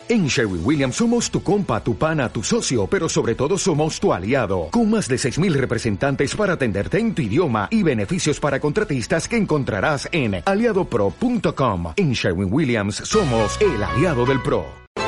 En Sherwin-Williams somos tu compa, tu pana, tu socio, pero sobre todo somos tu aliado, con más de 6,000 representantes para atenderte en tu idioma y beneficios para contratistas que encontrarás en aliadopro.com. En Sherwin-Williams somos el aliado del pro.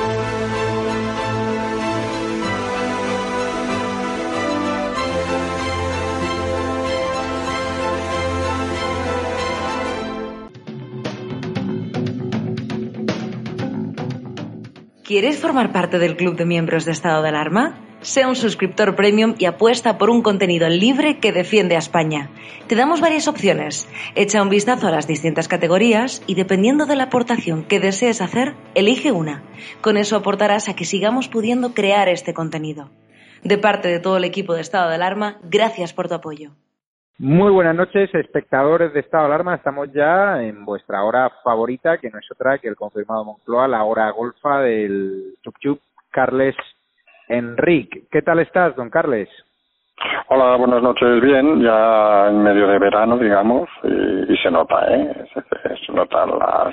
¿Quieres formar parte del club de miembros de Estado de Alarma? Sea un suscriptor premium y apuesta por un contenido libre que defiende a España. Te damos varias opciones. Echa un vistazo a las distintas categorías y dependiendo de la aportación que desees hacer, elige una. Con eso aportarás a que sigamos pudiendo crear este contenido. De parte de todo el equipo de Estado de Alarma, gracias por tu apoyo. Muy buenas noches, espectadores de Estado de Alarma. Estamos ya en vuestra hora favorita, que no es otra que el confirmado Moncloa, la hora golfa del Chup Carles Enric. ¿Qué tal estás, don Carles? Hola, buenas noches. Bien, ya en medio de verano, digamos, y se nota, se notan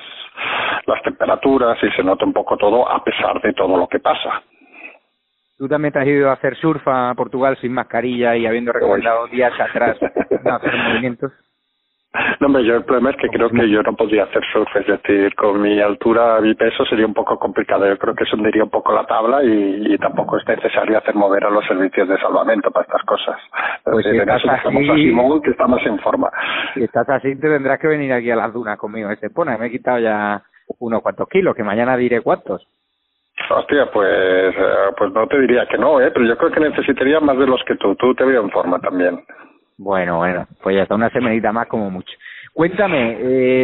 las temperaturas y se nota un poco todo a pesar de todo lo que pasa. ¿Tú también te has ido a hacer surf a Portugal sin mascarilla y habiendo recomendado días atrás no hacer movimientos? No, hombre, el problema es que creo que yo no podría hacer surf, es decir, con mi altura, mi peso sería un poco complicado. Yo creo que se hundiría un poco la tabla y tampoco es necesario hacer mover a los servicios de salvamento para estas cosas. Pues si estás así, a Simón, que está más en forma. Si estás así, te tendrás que venir aquí a las dunas conmigo. Me he quitado ya unos cuantos kilos, que mañana diré cuántos. Hostia, pues no te diría que no, pero yo creo que necesitaría más de los que tú. Tú te veo en forma también. Bueno, pues ya está, una semanita más como mucho. Cuéntame,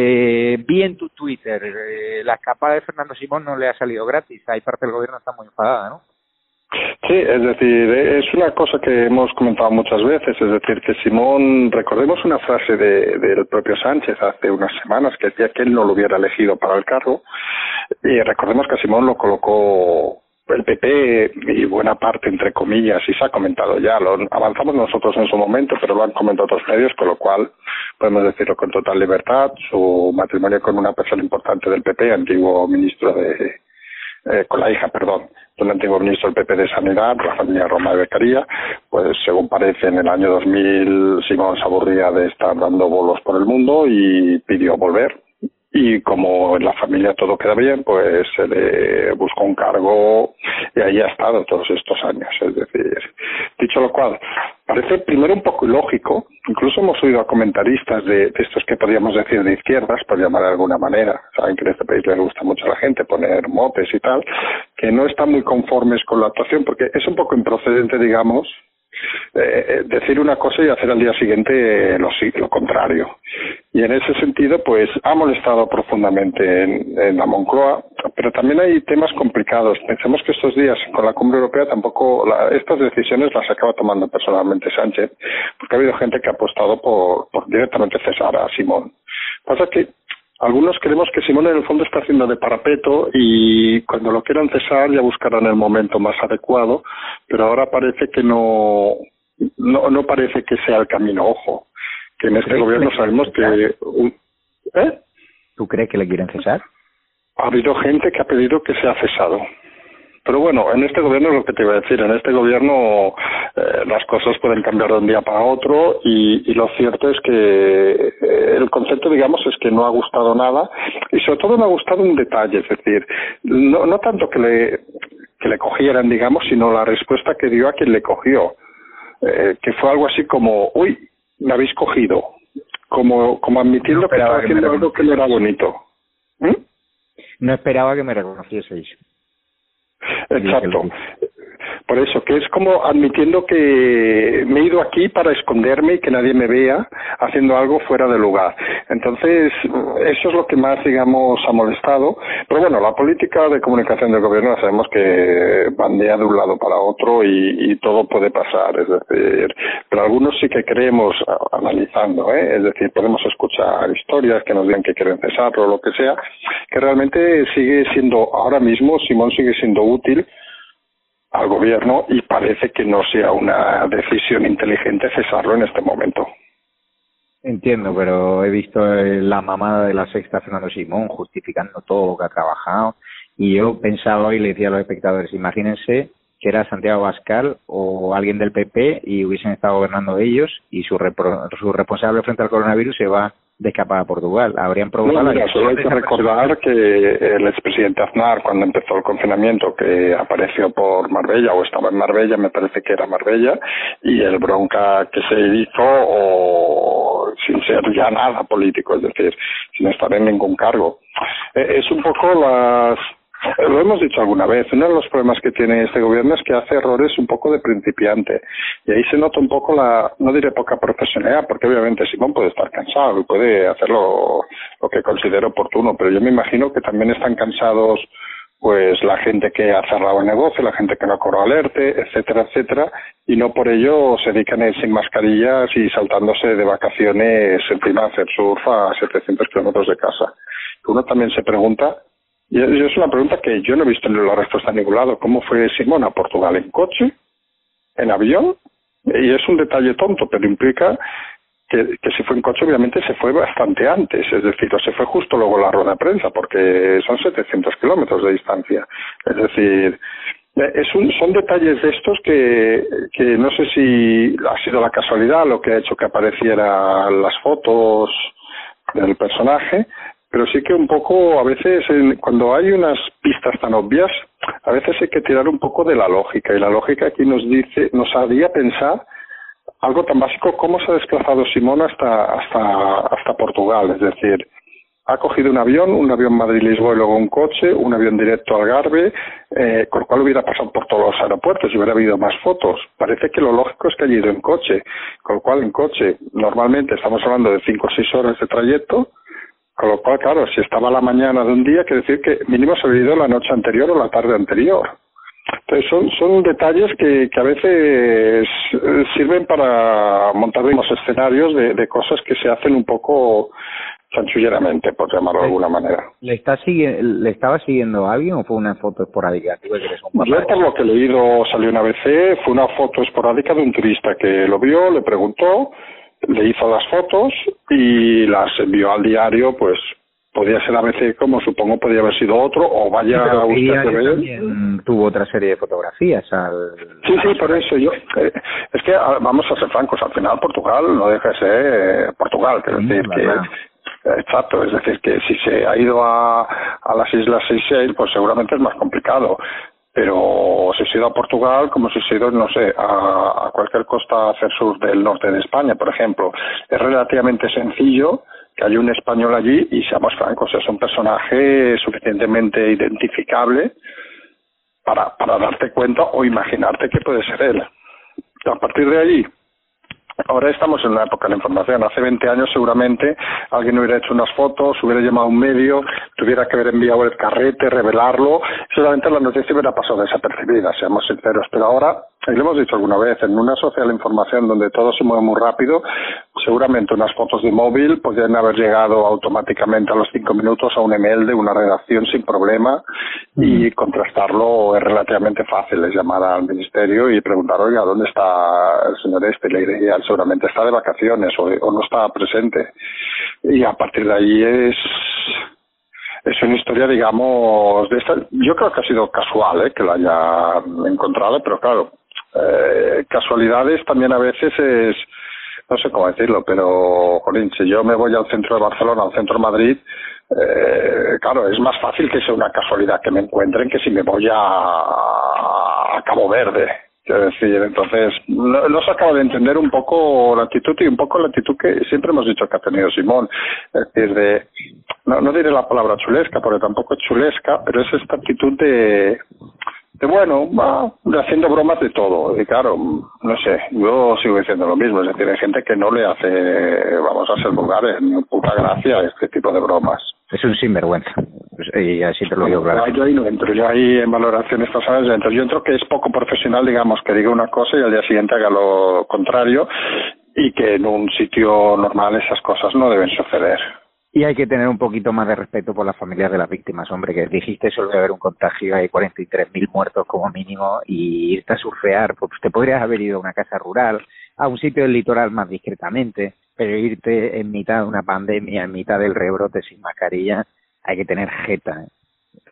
vi en tu Twitter, la escapada de Fernando Simón no le ha salido gratis. Hay parte del gobierno está muy enfadada, ¿no? Sí, es decir, es una cosa que hemos comentado muchas veces, es decir, que Simón, recordemos una frase del propio Sánchez hace unas semanas que decía que él no lo hubiera elegido para el cargo, y recordemos que a Simón lo colocó el PP y buena parte, entre comillas, y se ha comentado ya, lo avanzamos nosotros en su momento, pero lo han comentado otros medios, con lo cual podemos decirlo con total libertad. Su matrimonio con una persona importante del PP, antiguo ministro con la hija, del antiguo ministro del PP de Sanidad, la familia Roma de Beccaria, pues según parece en el año 2000 Simón se aburría de estar dando bolos por el mundo y pidió volver. Y como en la familia todo queda bien, pues se le buscó un cargo y ahí ha estado todos estos años. Es decir, dicho lo cual, parece primero un poco ilógico. Incluso hemos oído a comentaristas de estos que podríamos decir de izquierdas, por llamar de alguna manera. Saben que en este país les gusta mucho a la gente poner motes y tal, que no están muy conformes con la actuación porque es un poco improcedente, digamos, decir una cosa y hacer al día siguiente lo contrario. Y en ese sentido, pues ha molestado profundamente en la Moncloa, pero también hay temas complicados. Pensemos que estos días con la Cumbre Europea tampoco estas decisiones las acaba tomando personalmente Sánchez, porque ha habido gente que ha apostado por directamente cesar a Simón. Pasa que algunos creemos que Simón en el fondo está haciendo de parapeto y cuando lo quieran cesar ya buscarán el momento más adecuado, pero ahora parece que no parece que sea el camino. Ojo, que en este gobierno sabemos que... ¿Tú crees que le quieren cesar? Ha habido gente que ha pedido que sea cesado. Pero bueno, en este gobierno es lo que te iba a decir, en este gobierno las cosas pueden cambiar de un día para otro y lo cierto es que el concepto, digamos, es que no ha gustado nada y sobre todo no ha gustado un detalle, es decir, no tanto que le cogieran, digamos, sino la respuesta que dio a quien le cogió, que fue algo así como, uy, me habéis cogido, como admitiendo que estaba haciendo algo que no era bonito. No esperaba que me reconocieseis. Exacto. Por eso, que es como admitiendo que me he ido aquí para esconderme y que nadie me vea haciendo algo fuera de lugar. Entonces, eso es lo que más, digamos, ha molestado. Pero bueno, la política de comunicación del gobierno sabemos que bandea de un lado para otro y todo puede pasar. Es decir, pero algunos sí que creemos, analizando, es decir, podemos escuchar historias que nos digan que quieren cesarlo o lo que sea, que realmente sigue siendo, ahora mismo, Simón sigue siendo útil al gobierno y parece que no sea una decisión inteligente cesarlo en este momento. Entiendo, pero he visto la mamada de la Sexta Fernando Simón justificando todo lo que ha trabajado Y yo pensaba hoy, le decía a los espectadores, imagínense que era Santiago Abascal o alguien del PP y hubiesen estado gobernando ellos y su responsable frente al coronavirus se va de escapada a Portugal. Habrían provocado... No, mira, solo hay que recordar que el expresidente Aznar, cuando empezó el confinamiento, que apareció por Marbella, o estaba en Marbella, me parece que era Marbella, y el bronca que se hizo, o sin ser ya nada político, es decir, sin estar en ningún cargo. Es un poco lo hemos dicho alguna vez, uno de los problemas que tiene este gobierno es que hace errores un poco de principiante, y ahí se nota un poco no diré poca profesionalidad, porque obviamente Simón puede estar cansado y puede hacer lo que considere oportuno, pero yo me imagino que también están cansados pues la gente que ha cerrado el negocio, la gente que no ha cobrado alerte, etcétera, etcétera, y no por ello se dedican a ir sin mascarillas y saltándose de vacaciones encima a hacer surf a 700 kilómetros de casa. Uno también se pregunta, y es una pregunta que yo no he visto en la respuesta en ningún lado, ¿cómo fue Simón a Portugal? ¿En coche? ¿En avión? Y es un detalle tonto, pero implica que si fue en coche obviamente se fue bastante antes, es decir, o se fue justo luego la rueda de prensa, porque son 700 kilómetros de distancia. Es decir, son detalles de estos que no sé si ha sido la casualidad lo que ha hecho que aparecieran las fotos del personaje, pero sí que un poco a veces cuando hay unas pistas tan obvias, a veces hay que tirar un poco de la lógica, y la lógica aquí nos haría pensar algo tan básico como se ha desplazado Simón hasta Portugal, es decir, ha cogido un avión Madrid-Lisboa y luego un coche, un avión directo al Algarve, con lo cual hubiera pasado por todos los aeropuertos y hubiera habido más fotos. Parece que lo lógico es que haya ido en coche, con lo cual en coche normalmente estamos hablando de 5 o 6 horas de trayecto, con lo cual, claro, si estaba a la mañana de un día, quiere decir que mínimo se había ido la noche anterior o la tarde anterior. Entonces son detalles que a veces sirven para montar unos escenarios de cosas que se hacen un poco chanchulleramente, por llamarlo de alguna manera. ¿Le estaba siguiendo a alguien o fue una foto esporádica? Yo, por lo que he leído, salió una ABC, fue una foto esporádica de un turista que lo vio, le preguntó, le hizo las fotos y las envió al diario, pues podía ser ABC como supongo podía haber sido otro, o vaya usted a ver. Tuvo otra serie de fotografías Sí, por eso yo es que vamos a ser francos, al final Portugal no deja de ser Portugal, quiero decir que exacto, es decir que si se ha ido a las Islas Seychelles, pues seguramente es más complicado. Pero si se ha ido a Portugal, como si se ha ido, no sé, a cualquier costa hacia el sur del norte de España, por ejemplo, es relativamente sencillo que haya un español allí y seamos francos, es un personaje suficientemente identificable para darte cuenta o imaginarte que puede ser él. A partir de ahí, ahora estamos en una época de la información. Hace 20 años seguramente alguien hubiera hecho unas fotos, hubiera llamado a un medio, tuviera que haber enviado el carrete, revelarlo. Seguramente la noticia hubiera pasado desapercibida, seamos sinceros. Pero ahora, y lo hemos dicho alguna vez, en una sociedad de la información donde todo se mueve muy rápido, seguramente unas fotos de móvil podrían haber llegado automáticamente a los 5 minutos a un email de una redacción sin problema, y contrastarlo es relativamente fácil. Es llamar al ministerio y preguntar, oiga, ¿dónde está el señor este? Y le diría, seguramente está de vacaciones o no está presente. Y a partir de ahí es una historia, digamos, de esta. Yo creo que ha sido casual que la haya encontrado, pero claro, casualidades también a veces es, no sé cómo decirlo, pero, jolín, si yo me voy al centro de Barcelona, al centro de Madrid, claro, es más fácil que sea una casualidad que me encuentren que si me voy a Cabo Verde. Es decir, entonces, no se acaba de entender un poco la actitud y un poco la actitud que siempre hemos dicho que ha tenido Simón. Es decir, no diré la palabra chulesca, porque tampoco es chulesca, pero es esta actitud de haciendo bromas de todo. Y claro, no sé, yo sigo diciendo lo mismo. Es decir, hay gente que no le hace, vamos a ser vulgares, ni puta gracia este tipo de bromas. Es un sinvergüenza. Y así te lo digo claro. Yo ahí no entro, yo ahí en valoraciones personales entro. Yo entro que es poco profesional, digamos, que diga una cosa y al día siguiente haga lo contrario, y que en un sitio normal esas cosas no deben suceder. Y hay que tener un poquito más de respeto por las familias de las víctimas, hombre, que dijiste suele haber un contagio, hay 43.000 muertos como mínimo, y irte a surfear, pues te podrías haber ido a una casa rural, a un sitio del litoral más discretamente, pero irte en mitad de una pandemia, en mitad del rebrote sin mascarilla, hay que tener jeta.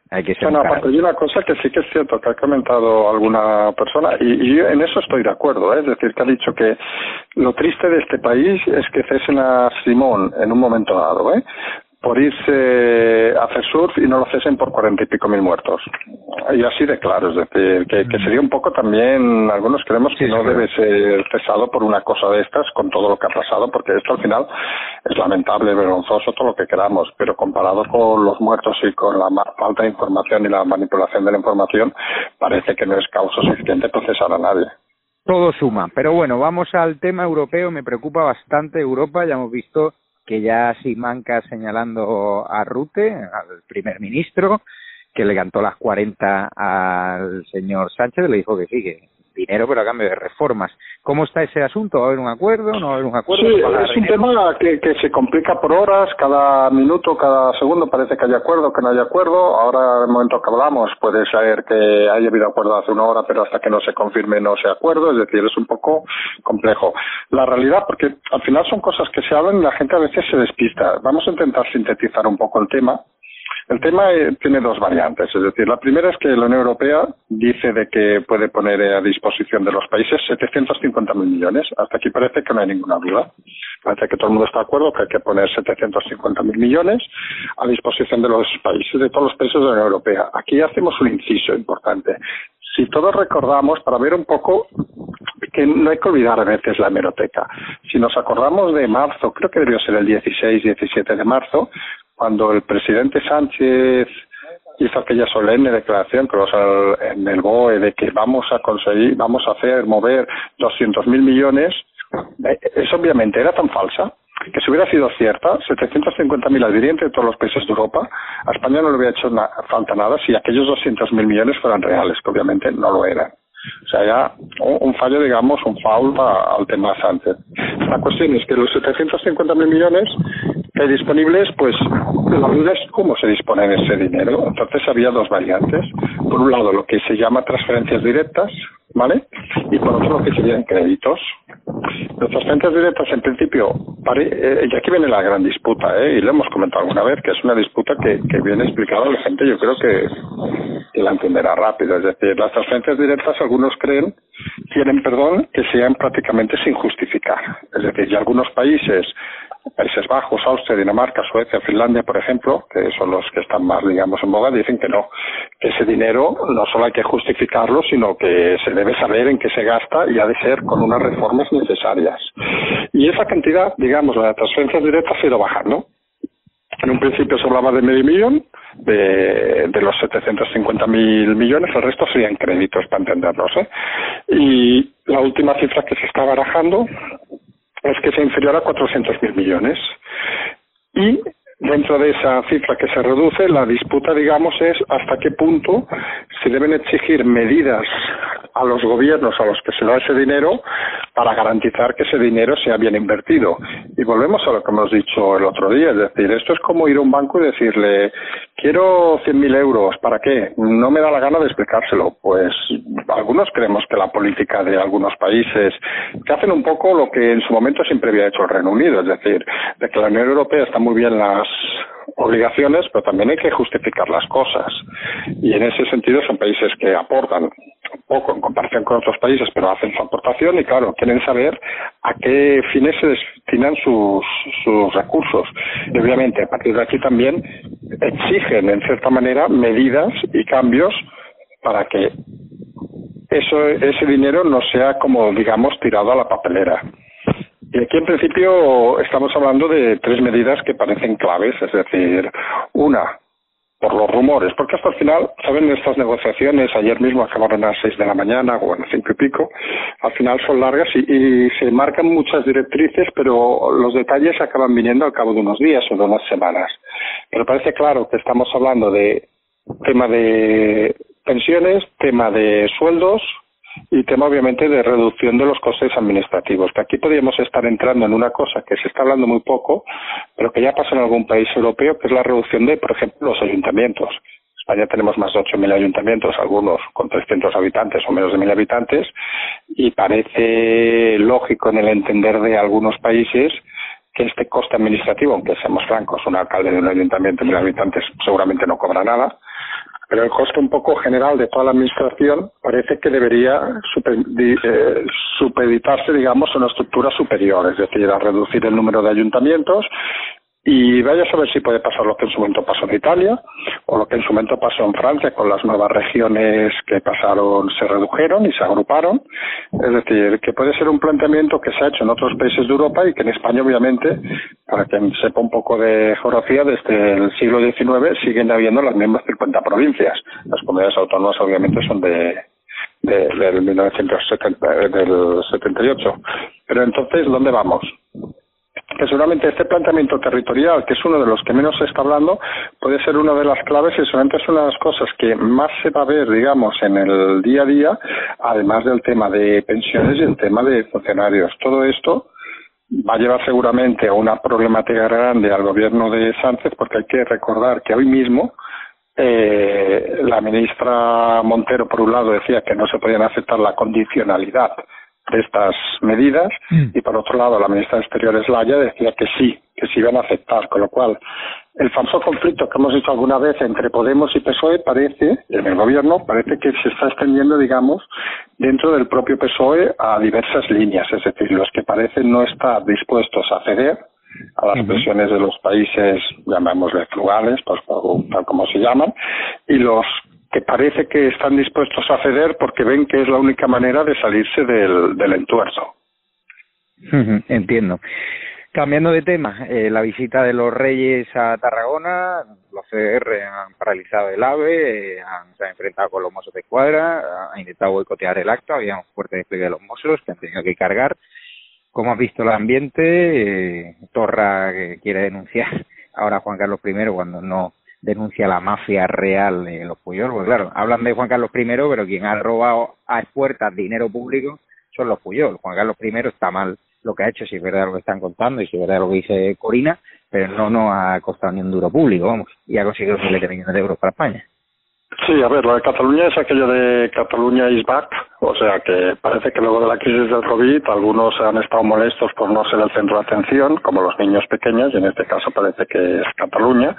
Hay que ser bueno, aparte hay una cosa que sí que es cierto que ha comentado alguna persona y yo en eso estoy de acuerdo, es decir, que ha dicho que lo triste de este país es que cesen a Simón en un momento dado, por irse a hacer surf y no lo cesen por 40 y pico mil muertos. Y así de claro, es decir, que sería un poco también, algunos creemos que no debe ser cesado por una cosa de estas con todo lo que ha pasado, porque esto al final es lamentable, vergonzoso, todo lo que queramos, pero comparado con los muertos y con la falta de información y la manipulación de la información, parece que no es causa suficiente para cesar a nadie. Todo suma, pero bueno, vamos al tema europeo. Me preocupa bastante Europa, ya hemos visto que ya Simancas señalando a Rutte, al primer ministro, que le cantó las 40 al señor Sánchez, le dijo que sí, que dinero pero a cambio de reformas. ¿Cómo está ese asunto? ¿Va a haber un acuerdo? ¿No va a haber un acuerdo? Sí, es un tema que se complica por horas, cada minuto, cada segundo parece que hay acuerdo, que no hay acuerdo. Ahora, en el momento que hablamos, puede ser que haya habido acuerdo hace una hora, pero hasta que no se confirme no se acuerdo, es decir, es un poco complejo. La realidad, porque al final son cosas que se hablan y la gente a veces se despista. Vamos a intentar sintetizar un poco el tema. El tema tiene dos variantes, es decir, la primera es que la Unión Europea dice de que puede poner a disposición de los países 750.000 millones. Hasta aquí parece que no hay ninguna duda. Parece que todo el mundo está de acuerdo que hay que poner 750.000 millones a disposición de los países, de todos los países de la Unión Europea. Aquí hacemos un inciso importante. Si todos recordamos, para ver un poco, que no hay que olvidar a veces la hemeroteca. Si nos acordamos de marzo, creo que debió ser el 16-17 de marzo, cuando el presidente Sánchez hizo aquella solemne declaración en el BOE de que vamos a mover 200.000 millones, eso obviamente era tan falsa que si hubiera sido cierta, 750.000 adhirientes de todos los países de Europa, a España no le hubiera hecho falta nada si aquellos 200.000 millones fueran reales, que obviamente no lo eran. O sea, ya un fallo, digamos, un foul al tema Sánchez. La cuestión es que los 750.000 millones que hay disponibles, pues la duda es cómo se dispone de ese dinero. Entonces había dos variantes. Por un lado, lo que se llama transferencias directas, ¿vale? Y por otro, lo que serían créditos. Las transferencias directas, en principio, y aquí viene la gran disputa, y lo hemos comentado alguna vez, que es una disputa que viene explicada a la gente, yo creo que la entenderá rápido. Es decir, las transferencias directas, algunos quieren, que sean prácticamente sin justificar. Es decir, y algunos Países Bajos, Austria, Dinamarca, Suecia, Finlandia, por ejemplo, que son los que están más, digamos, en boga, dicen que no, que ese dinero no solo hay que justificarlo, sino que se debe saber en qué se gasta y ha de ser con unas reformas necesarias. Y esa cantidad, digamos, la de transferencias directas ha ido bajando. En un principio se hablaba de medio millón, de los 750.000 millones, el resto serían créditos, para entendernos, Y la última cifra que se está barajando es que sea inferior a 400.000 millones. Y dentro de esa cifra que se reduce, la disputa, digamos, es hasta qué punto se deben exigir medidas a los gobiernos a los que se da ese dinero para garantizar que ese dinero sea bien invertido. Y volvemos a lo que hemos dicho el otro día, es decir, esto es como ir a un banco y decirle, quiero 100.000 euros, ¿para qué? No me da la gana de explicárselo. Pues algunos creemos que la política de algunos países que hacen un poco lo que en su momento siempre había hecho el Reino Unido, es decir, de que la Unión Europea está muy bien las obligaciones, pero también hay que justificar las cosas. Y en ese sentido son países que aportan poco en comparación con otros países, pero hacen su aportación y, claro, quieren saber a qué fines se destinan sus recursos. Y, obviamente, a partir de aquí también exigen, en cierta manera, medidas y cambios para que ese dinero no sea, como digamos, tirado a la papelera. Y aquí, en principio, estamos hablando de tres medidas que parecen claves, es decir, una, por los rumores, porque hasta el final, ¿saben? Estas negociaciones, ayer mismo acabaron a las 6 de la mañana, o a las 5 y pico, al final son largas y se marcan muchas directrices, pero los detalles acaban viniendo al cabo de unos días o de unas semanas. Pero parece claro que estamos hablando de tema de pensiones, tema de sueldos, y tema obviamente de reducción de los costes administrativos, que aquí podríamos estar entrando en una cosa que se está hablando muy poco, pero que ya pasa en algún país europeo, que es la reducción de, por ejemplo, los ayuntamientos. En España tenemos más de 8.000 ayuntamientos, algunos con 300 habitantes o menos de 1.000 habitantes, y parece lógico en el entender de algunos países que este coste administrativo, aunque seamos francos, un alcalde de un ayuntamiento de 1.000 habitantes seguramente no cobra nada, pero el coste un poco general de toda la administración parece que debería supeditarse, digamos, a una estructura superior, es decir, a reducir el número de ayuntamientos. Y vaya a saber si puede pasar lo que en su momento pasó en Italia o lo que en su momento pasó en Francia con las nuevas regiones que pasaron, se redujeron y se agruparon. Es decir, que puede ser un planteamiento que se ha hecho en otros países de Europa y que en España, obviamente, para quien sepa un poco de geografía, desde el siglo XIX siguen habiendo las mismas 50 provincias. Las comunidades autónomas, obviamente, son del 78. Pero entonces, ¿dónde vamos? Que seguramente este planteamiento territorial, que es uno de los que menos se está hablando, puede ser una de las claves y seguramente es una de las cosas que más se va a ver, digamos, en el día a día, además del tema de pensiones y el tema de funcionarios. Todo esto va a llevar seguramente a una problemática grande al gobierno de Sánchez, porque hay que recordar que hoy mismo la ministra Montero, por un lado, decía que no se podían aceptar la condicionalidad de estas medidas y por otro lado la ministra de Exteriores Laya decía que sí iban a aceptar, con lo cual el falso conflicto que hemos visto alguna vez entre Podemos y PSOE parece, en el gobierno, parece que se está extendiendo, digamos, dentro del propio PSOE a diversas líneas, es decir, los que parecen no estar dispuestos a ceder a las presiones de los países, llamémosle frugales, pues tal como se llaman, y los que parece que están dispuestos a ceder porque ven que es la única manera de salirse del entuerzo. Entiendo. Cambiando de tema, la visita de los Reyes a Tarragona, los CDR han paralizado el AVE, se han enfrentado con los Mossos de Escuadra, han intentado boicotear el acto, había un fuerte despliegue de los Mossos que han tenido que cargar. ¿Cómo has visto el ambiente? Torra que quiere denunciar ahora a Juan Carlos I cuando no denuncia la mafia real de los Puyol, porque claro, hablan de Juan Carlos I, pero quien ha robado a expuertas dinero público son los Puyol. Juan Carlos I está mal lo que ha hecho, si es verdad lo que están contando y si es verdad lo que dice Corina, pero no ha costado ni un duro público, vamos, y ha conseguido miles de millones de euros para España. Sí, a ver, lo de Cataluña es aquello de Cataluña is back, o sea que parece que luego de la crisis del COVID algunos han estado molestos por no ser el centro de atención, como los niños pequeños, y en este caso parece que es Cataluña,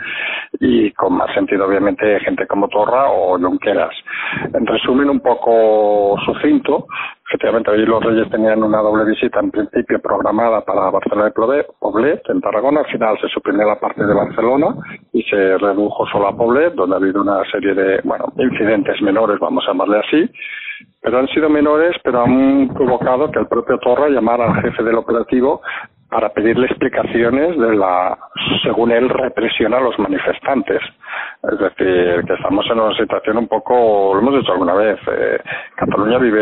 y con más sentido obviamente gente como Torra o Junqueras. En resumen un poco sucinto, efectivamente hoy los Reyes tenían una doble visita en principio programada para Barcelona y Poblet, en Tarragona, al final se suprimió la parte de Barcelona y se redujo solo a Poblet, donde ha habido una serie de, incidentes menores, vamos a llamarle así, pero han sido menores, pero han provocado que el propio Torra llamara al jefe del operativo para pedirle explicaciones de la, según él, represión a los manifestantes. Es decir, que estamos en una situación un poco, lo hemos dicho alguna vez, Cataluña vive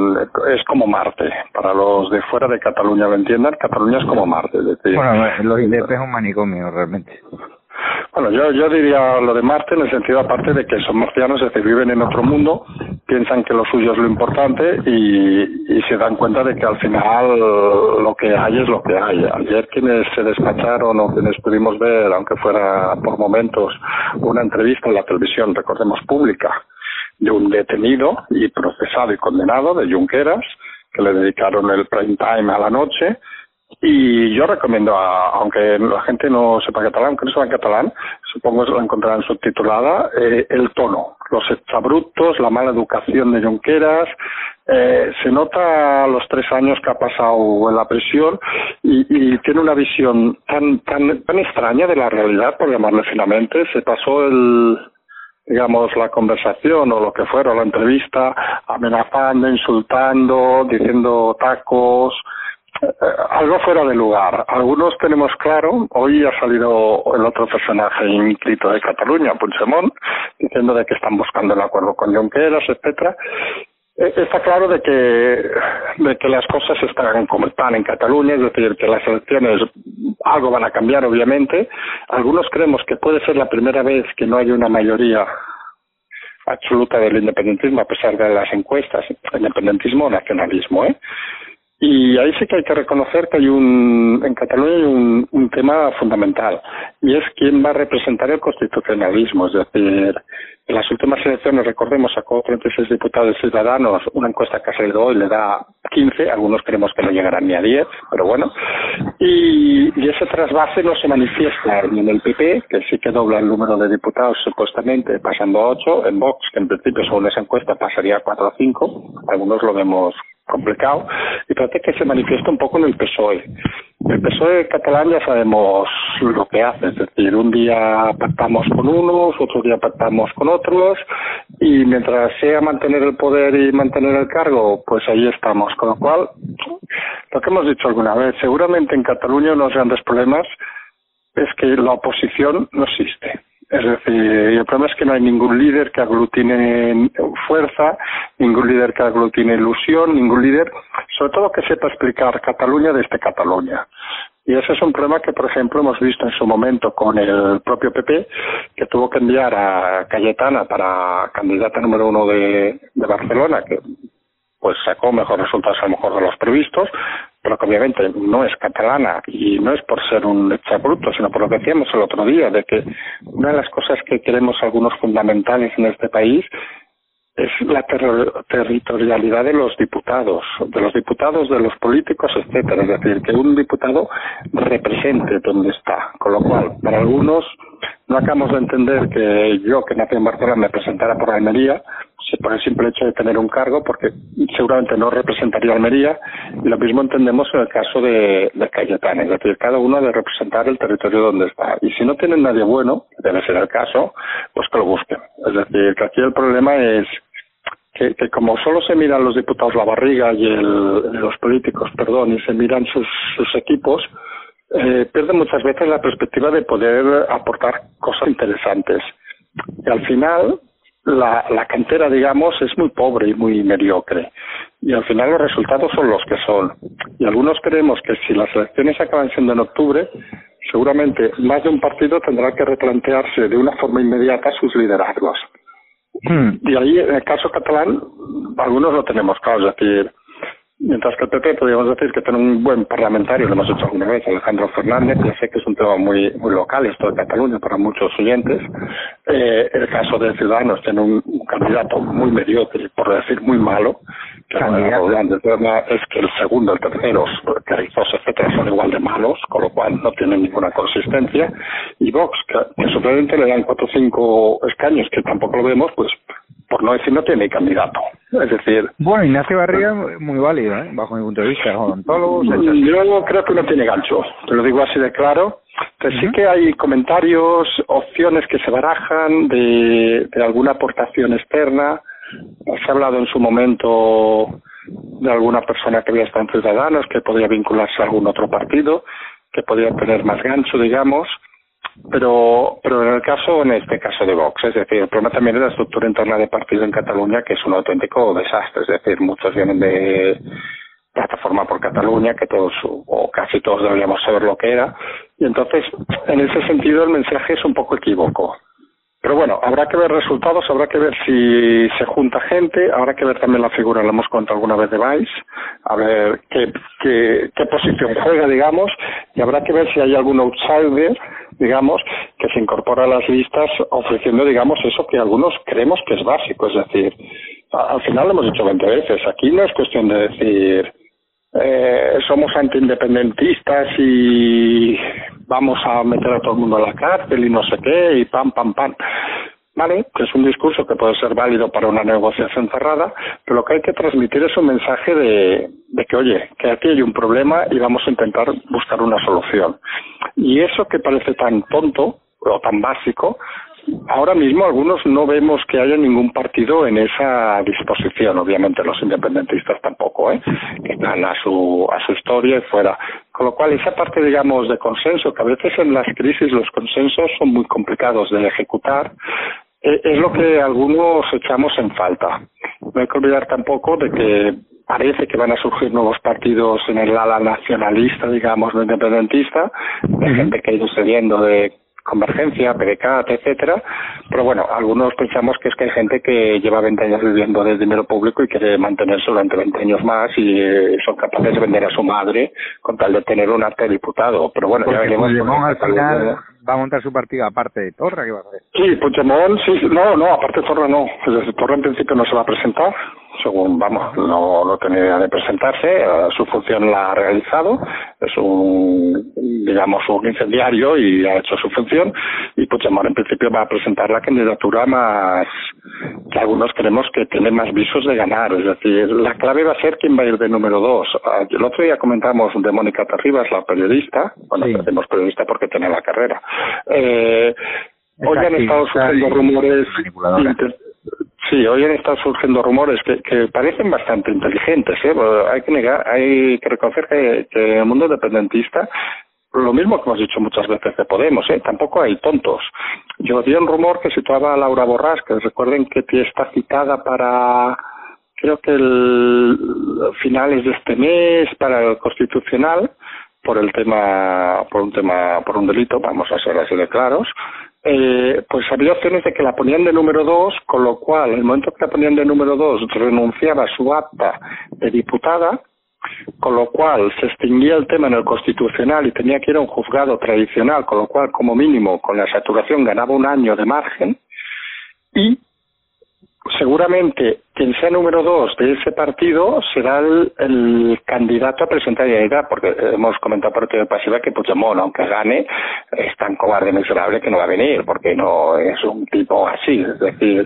es como Marte. Para los de fuera de Cataluña lo entiendan, Cataluña es como Marte. Es decir, los IDP es un manicomio realmente. Bueno, yo diría lo de Marte en el sentido aparte de que son marcianos, es decir, viven en otro mundo, piensan que lo suyo es lo importante y se dan cuenta de que al final lo que hay es lo que hay. Ayer quienes se despacharon o quienes pudimos ver, aunque fuera por momentos, una entrevista en la televisión, recordemos pública, de un detenido y procesado y condenado de Junqueras, que le dedicaron el prime time a la noche. Y yo recomiendo, aunque la gente no sepa catalán, aunque no sepa catalán, supongo que lo encontrarán subtitulada, el tono, los exabruptos, la mala educación de Junqueras, se nota los 3 años que ha pasado en la prisión y tiene una visión tan extraña de la realidad, por llamarle finamente. Se pasó la conversación o lo que fuera, la entrevista, amenazando, insultando, diciendo tacos, algo fuera de lugar. Algunos tenemos claro, hoy ha salido el otro personaje ínclito de Cataluña, Puigdemont, diciendo de que están buscando el acuerdo con Junqueras, etcétera. Está claro de que las cosas están como están en Cataluña, es decir, que las elecciones algo van a cambiar, obviamente. Algunos creemos que puede ser la primera vez que no hay una mayoría absoluta del independentismo, a pesar de las encuestas, independentismo o nacionalismo, Y ahí sí que hay que reconocer que en Cataluña hay un tema fundamental, y es quién va a representar el constitucionalismo. Es decir, en las últimas elecciones, recordemos, sacó 36 diputados Ciudadanos, una encuesta que ha salido hoy le da 15, algunos creemos que no llegarán ni a 10, pero bueno. Y ese trasvase no se manifiesta ni en el PP, que sí que dobla el número de diputados supuestamente, pasando a 8, en Vox, que en principio según esa encuesta pasaría a 4 o 5, algunos lo vemos complicado, y parece que se manifiesta un poco en el PSOE. El PSOE catalán ya sabemos lo que hace, es decir, un día pactamos con unos, otro día pactamos con otros, y mientras sea mantener el poder y mantener el cargo, pues ahí estamos. Con lo cual, lo que hemos dicho alguna vez, seguramente en Cataluña uno de los grandes problemas es que la oposición no existe. Es decir, el problema es que no hay ningún líder que aglutine fuerza, ningún líder que aglutine ilusión, ningún líder, sobre todo que sepa explicar Cataluña desde Cataluña. Y ese es un problema que, por ejemplo, hemos visto en su momento con el propio PP, que tuvo que enviar a Cayetana para candidata número 1 de Barcelona, que pues sacó mejores resultados a lo mejor de los previstos, pero que obviamente no es catalana, y no es por ser un exabrupto, sino por lo que decíamos el otro día, de que una de las cosas que queremos algunos fundamentales en este país es la territorialidad de los diputados, de los políticos, etcétera. Es decir, que un diputado represente donde está. Con lo cual, para algunos, no acabamos de entender que yo, que nací en Barcelona, me presentara por Almería, por el simple hecho de tener un cargo, porque seguramente no representaría Almería, y lo mismo entendemos en el caso de Cayetana. Es decir, cada uno ha de representar el territorio donde está. Y si no tienen nadie bueno, que debe ser el caso, pues que lo busquen. Es decir, que aquí el problema es que como solo se miran los diputados la barriga y los políticos, y se miran sus equipos, pierden muchas veces la perspectiva de poder aportar cosas interesantes. Y al final, la cantera, digamos, es muy pobre y muy mediocre. Y al final los resultados son los que son. Y algunos creemos que si las elecciones acaban siendo en octubre, seguramente más de un partido tendrá que replantearse de una forma inmediata sus liderazgos. Y ahí, en el caso catalán, algunos lo tenemos claro, es decir, mientras que el PP podríamos decir que tiene un buen parlamentario, lo hemos hecho alguna vez, Alejandro Fernández, ya sé que es un tema muy local, esto de Cataluña para muchos oyentes. El caso de Ciudadanos tiene un candidato muy mediocre, por decir muy malo, que es que el segundo, el tercero, Carrizos, etcétera, son igual de malos, con lo cual no tienen ninguna consistencia. Y Vox, que simplemente le dan 4 o 5 escaños, que tampoco lo vemos, pues por no decir no tiene candidato. Es decir... Bueno, Ignacio Barriga muy válido, bajo mi punto de vista, odontólogo... Yo creo que no tiene gancho, te lo digo así de claro. Pero sí que hay comentarios, opciones que se barajan de alguna aportación externa. Se ha hablado en su momento de alguna persona que había estado en Ciudadanos, que podría vincularse a algún otro partido, que podría tener más gancho, digamos. Pero en este caso de Vox, es decir, el problema también es la estructura interna de partido en Cataluña, que es un auténtico desastre. Es decir, muchos vienen de Plataforma por Cataluña, que todos o casi todos deberíamos saber lo que era, y entonces en ese sentido el mensaje es un poco equívoco. Pero bueno, habrá que ver resultados, habrá que ver si se junta gente, habrá que ver también la figura, lo hemos contado alguna vez, de Valls, a ver qué posición juega, digamos, y habrá que ver si hay algún outsider, digamos, que se incorpora a las listas ofreciendo, digamos, eso que algunos creemos que es básico. Es decir, al final lo hemos dicho 20 veces, aquí no es cuestión de decir somos antiindependentistas y vamos a meter a todo el mundo a la cárcel y no sé qué, y pam, vale, que es un discurso que puede ser válido para una negociación cerrada, pero lo que hay que transmitir es un mensaje de que, oye, que aquí hay un problema y vamos a intentar buscar una solución. Y eso que parece tan tonto o tan básico, ahora mismo algunos no vemos que haya ningún partido en esa disposición. Obviamente los independentistas tampoco, que están a su historia y fuera. Con lo cual esa parte, digamos, de consenso, que a veces en las crisis los consensos son muy complicados de ejecutar, es lo que algunos echamos en falta. No hay que olvidar tampoco de que parece que van a surgir nuevos partidos en el ala nacionalista, digamos, no independentista, de gente que ha ido cediendo de Convergencia, PDeCAT, etcétera, pero bueno, algunos pensamos que es que hay gente que lleva 20 años viviendo del dinero público y quiere mantenerse durante 20 años más y son capaces de vender a su madre con tal de tener un acta de diputado. Pero bueno, porque ya veremos. Puigdemont al final va a montar su partido aparte de Torra, ¿qué va a hacer? Sí, Puigdemont, sí, no, aparte de Torra no. Torra en principio no se va a presentar, según, vamos, no tiene idea de presentarse, su función la ha realizado, es un incendiario y ha hecho su función, y Puigdemont en principio va a presentar la candidatura más, que algunos creemos que tiene más visos de ganar, es decir, la clave va a ser quién va a ir de número 2. El otro día comentamos de Mónica Terribas, la periodista, bueno, sí. Decimos periodista porque tiene la carrera. Hoy han estado surgiendo rumores. Sí, hoy han estado surgiendo rumores que parecen bastante inteligentes, ¿eh? Hay que reconocer que el mundo independentista, lo mismo que hemos dicho muchas veces de Podemos, tampoco hay tontos. Yo vi un rumor que situaba a Laura Borràs, que recuerden que está citada para, creo que finales de este mes, para el Constitucional, por un delito, vamos a ser así de claros. Pues había opciones de que la ponían de número 2, con lo cual, en el momento que la ponían de número 2, renunciaba a su acta de diputada, con lo cual se extinguía el tema en el Constitucional y tenía que ir a un juzgado tradicional, con lo cual, como mínimo, con la saturación ganaba un año de margen, y seguramente quien sea número 2 de ese partido será el candidato a presentar unidad, porque hemos comentado por activa y pasiva que Puigdemont, aunque gane, es tan cobarde miserable que no va a venir, porque no es un tipo así, es decir,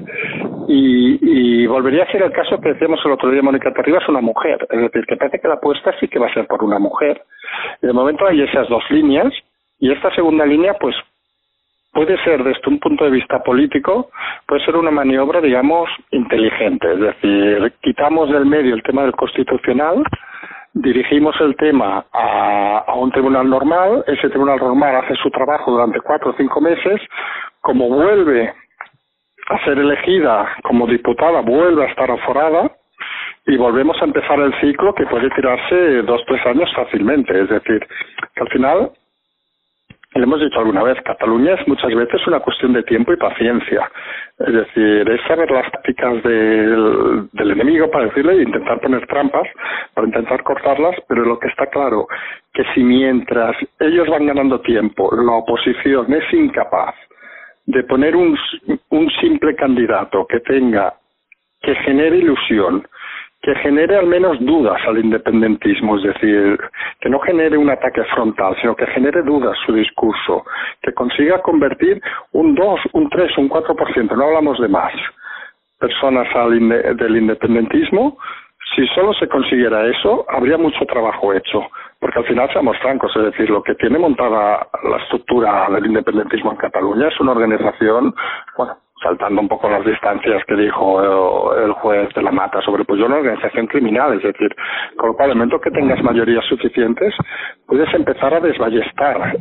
y volvería a ser el caso que decíamos el otro día, Mónica Terribas, una mujer, es decir, que parece que la apuesta sí que va a ser por una mujer, y de momento hay esas dos líneas, y esta segunda línea, pues, puede ser, desde un punto de vista político, puede ser una maniobra, digamos, inteligente. Es decir, quitamos del medio el tema del Constitucional, dirigimos el tema a un tribunal normal, ese tribunal normal hace su trabajo durante 4 o 5 meses, como vuelve a ser elegida como diputada, vuelve a estar aforada, y volvemos a empezar el ciclo que puede tirarse 2 o 3 años fácilmente. Es decir, que al final, le hemos dicho alguna vez, Cataluña es muchas veces una cuestión de tiempo y paciencia. Es decir, es saber las tácticas del enemigo, para decirle, e intentar poner trampas, para intentar cortarlas, pero lo que está claro, que si mientras ellos van ganando tiempo, la oposición es incapaz de poner un simple candidato que genere ilusión, que genere al menos dudas al independentismo, es decir, que no genere un ataque frontal, sino que genere dudas su discurso, que consiga convertir un 2, un 3, un 4%, no hablamos de más, personas del independentismo. Si solo se consiguiera eso, habría mucho trabajo hecho, porque al final, seamos francos, es decir, lo que tiene montada la estructura del independentismo en Cataluña es una organización, bueno, saltando un poco las distancias que dijo el juez de la Mata sobre una organización criminal, es decir, con lo cual, al momento que tengas mayorías suficientes, puedes empezar a desballestar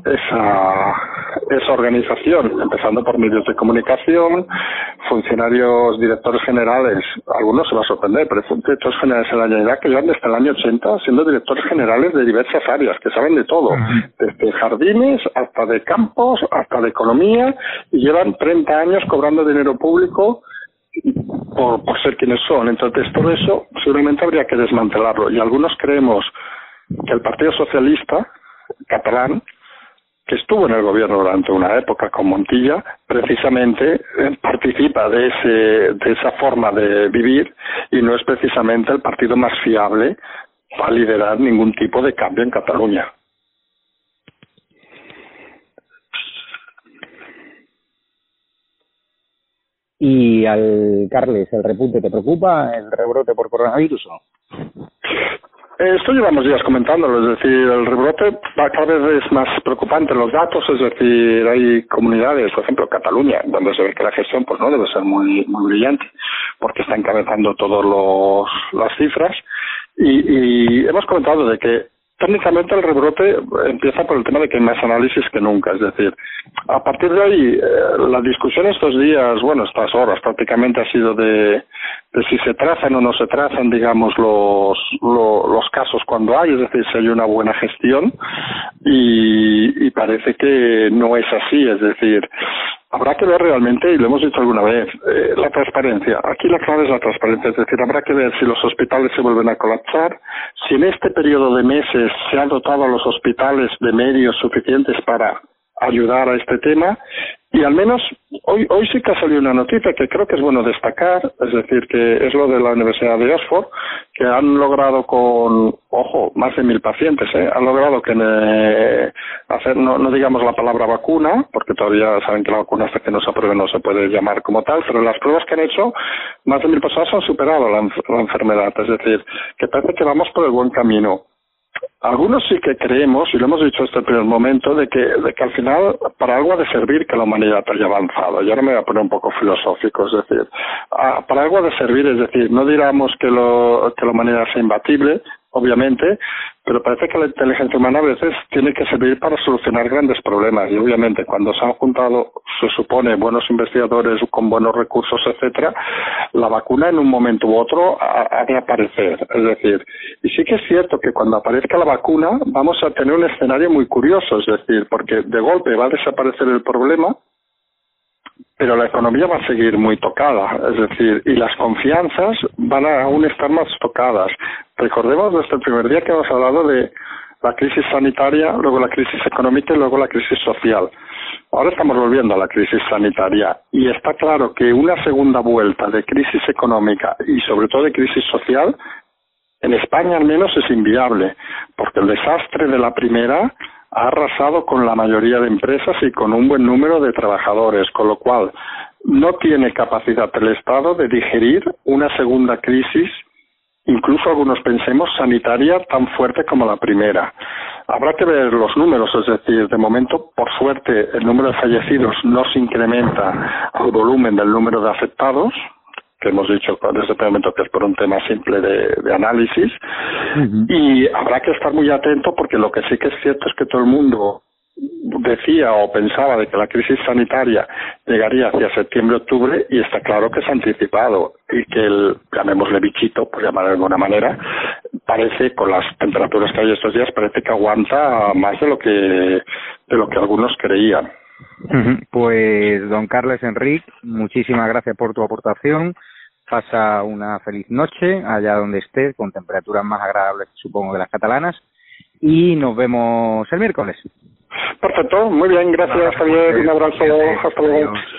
esa organización, empezando por medios de comunicación, funcionarios, directores generales, algunos se va a sorprender, pero directores generales en la Generalitat que llevan desde el año 80 siendo directores generales de diversas áreas, que saben de todo, desde jardines hasta de campos, hasta de economía, y llevan 30 años cobrando dinero público por ser quienes son. Entonces, todo eso seguramente habría que desmantelarlo. Y algunos creemos que el Partido Socialista catalán, que estuvo en el gobierno durante una época con Montilla, precisamente participa de esa forma de vivir y no es precisamente el partido más fiable para liderar ningún tipo de cambio en Cataluña. Y Carles, ¿el repunte te preocupa, el rebrote por coronavirus o no? Esto llevamos días comentándolo, es decir, el rebrote cada vez es más preocupante en los datos, es decir, hay comunidades, por ejemplo Cataluña, donde se ve que la gestión pues no debe ser muy brillante, porque está encabezando todas las cifras, y hemos comentado de que técnicamente el rebrote empieza por el tema de que hay más análisis que nunca, es decir, a partir de ahí, la discusión estos días, bueno, estas horas prácticamente ha sido de si se trazan o no se trazan, digamos, los casos cuando hay, es decir, si hay una buena gestión, y parece que no es así, es decir, habrá que ver realmente, y lo hemos dicho alguna vez, la transparencia. Aquí la clave es la transparencia, es decir, habrá que ver si los hospitales se vuelven a colapsar, si en este periodo de meses se han dotado a los hospitales de medios suficientes para ayudar a este tema, Y al menos hoy sí que ha salido una noticia que creo que es bueno destacar, es decir, que es lo de la Universidad de Oxford, que han logrado con, ojo, más de 1.000 pacientes, han logrado que hacer, no digamos la palabra vacuna, porque todavía saben que la vacuna hasta que no se apruebe no se puede llamar como tal, pero en las pruebas que han hecho, más de 1.000 personas han superado la enfermedad, es decir, que parece que vamos por el buen camino. Algunos sí que creemos, y lo hemos dicho desde el primer momento, de que al final para algo ha de servir que la humanidad haya avanzado. Y ahora me voy a poner un poco filosófico, es decir, para algo ha de servir, es decir, no diramos que la humanidad sea imbatible, obviamente, pero parece que la inteligencia humana a veces tiene que servir para solucionar grandes problemas. Y obviamente cuando se han juntado, se supone, buenos investigadores con buenos recursos, etcétera, la vacuna en un momento u otro ha de aparecer. Es decir, y sí que es cierto que cuando aparezca la vacuna vamos a tener un escenario muy curioso, es decir, porque de golpe va a desaparecer el problema, pero la economía va a seguir muy tocada, es decir, y las confianzas van a aún estar más tocadas. Recordemos desde el primer día que hemos hablado de la crisis sanitaria, luego la crisis económica y luego la crisis social. Ahora estamos volviendo a la crisis sanitaria y está claro que una segunda vuelta de crisis económica y sobre todo de crisis social, en España al menos es inviable, porque el desastre de la primera ha arrasado con la mayoría de empresas y con un buen número de trabajadores, con lo cual no tiene capacidad el Estado de digerir una segunda crisis, incluso algunos pensemos sanitaria, tan fuerte como la primera. Habrá que ver los números, es decir, de momento, por suerte, el número de fallecidos no se incrementa al volumen del número de afectados, que hemos dicho desde el momento que es por un tema simple de análisis, y habrá que estar muy atento porque lo que sí que es cierto es que todo el mundo decía o pensaba de que la crisis sanitaria llegaría hacia septiembre-octubre y está claro que se ha anticipado y que el, llamémosle bichito, por llamar de alguna manera, parece, con las temperaturas que hay estos días, parece que aguanta más de lo que algunos creían. Pues don Carles Enric, muchísimas gracias por tu aportación. Pasa una feliz noche allá donde estés, con temperaturas más agradables, supongo, de las catalanas, y nos vemos el miércoles. Perfecto, muy bien, gracias, Javier, un abrazo, hasta luego.